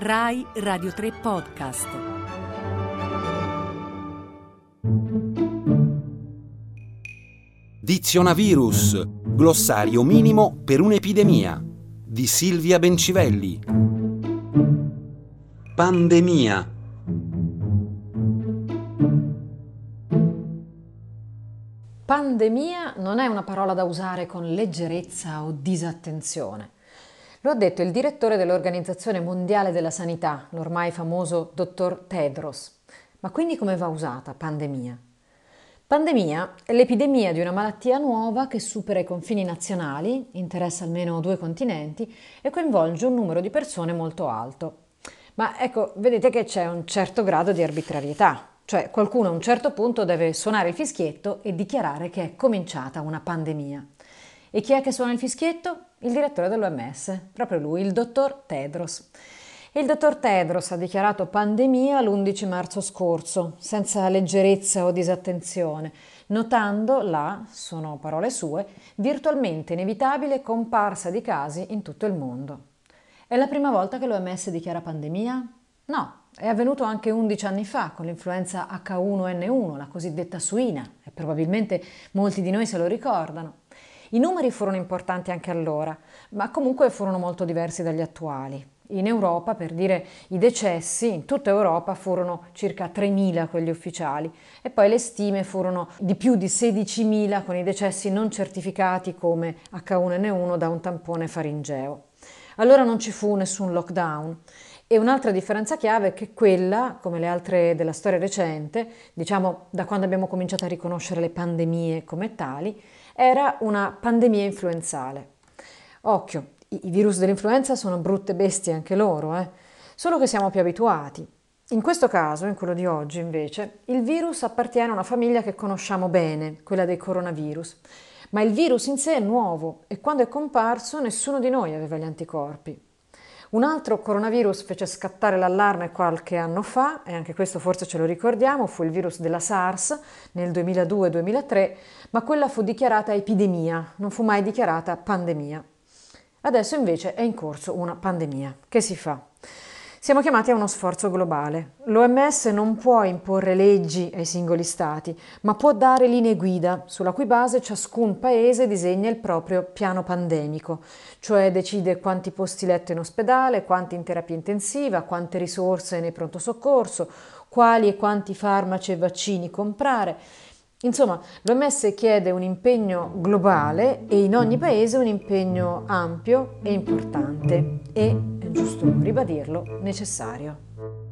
Rai Radio 3 Podcast. Dizionavirus, glossario minimo per un'epidemia, di Silvia Bencivelli. Pandemia. Pandemia non è una parola da usare con leggerezza o disattenzione. Lo ha detto il direttore dell'Organizzazione Mondiale della Sanità, l'ormai famoso dottor Tedros. Ma quindi come va usata pandemia? Pandemia è l'epidemia di una malattia nuova che supera i confini nazionali, interessa almeno 2 continenti e coinvolge un numero di persone molto alto. Ma ecco, vedete che c'è un certo grado di arbitrarietà, cioè qualcuno a un certo punto deve suonare il fischietto e dichiarare che è cominciata una pandemia. E chi è che suona il fischietto? Il direttore dell'OMS, proprio lui, il dottor Tedros. Il dottor Tedros ha dichiarato pandemia l'11 marzo scorso, senza leggerezza o disattenzione, notando la, sono parole sue, virtualmente inevitabile comparsa di casi in tutto il mondo. È la prima volta che l'OMS dichiara pandemia? No, è avvenuto anche 11 anni fa con l'influenza H1N1, la cosiddetta suina, e probabilmente molti di noi se lo ricordano. I numeri furono importanti anche allora, ma comunque furono molto diversi dagli attuali. In Europa, per dire, i decessi in tutta Europa furono circa 3.000 quelli ufficiali e poi le stime furono di più di 16.000 con i decessi non certificati come H1N1 da un tampone faringeo. Allora non ci fu nessun lockdown. E un'altra differenza chiave è che quella, come le altre della storia recente, diciamo da quando abbiamo cominciato a riconoscere le pandemie come tali, era una pandemia influenzale. Occhio, i virus dell'influenza sono brutte bestie anche loro, solo che siamo più abituati. In questo caso, in quello di oggi invece, il virus appartiene a una famiglia che conosciamo bene, quella dei coronavirus, ma il virus in sé è nuovo e quando è comparso nessuno di noi aveva gli anticorpi. Un altro coronavirus fece scattare l'allarme qualche anno fa, e anche questo forse ce lo ricordiamo, fu il virus della SARS nel 2002-2003, ma quella fu dichiarata epidemia, non fu mai dichiarata pandemia. Adesso invece è in corso una pandemia. Che si fa? Siamo chiamati a uno sforzo globale. L'OMS non può imporre leggi ai singoli stati, ma può dare linee guida sulla cui base ciascun paese disegna il proprio piano pandemico, cioè decide quanti posti letto in ospedale, quanti in terapia intensiva, quante risorse nei pronto soccorso, quali e quanti farmaci e vaccini comprare. Insomma, l'OMS chiede un impegno globale e in ogni paese un impegno ampio e importante e, è giusto ribadirlo, necessario.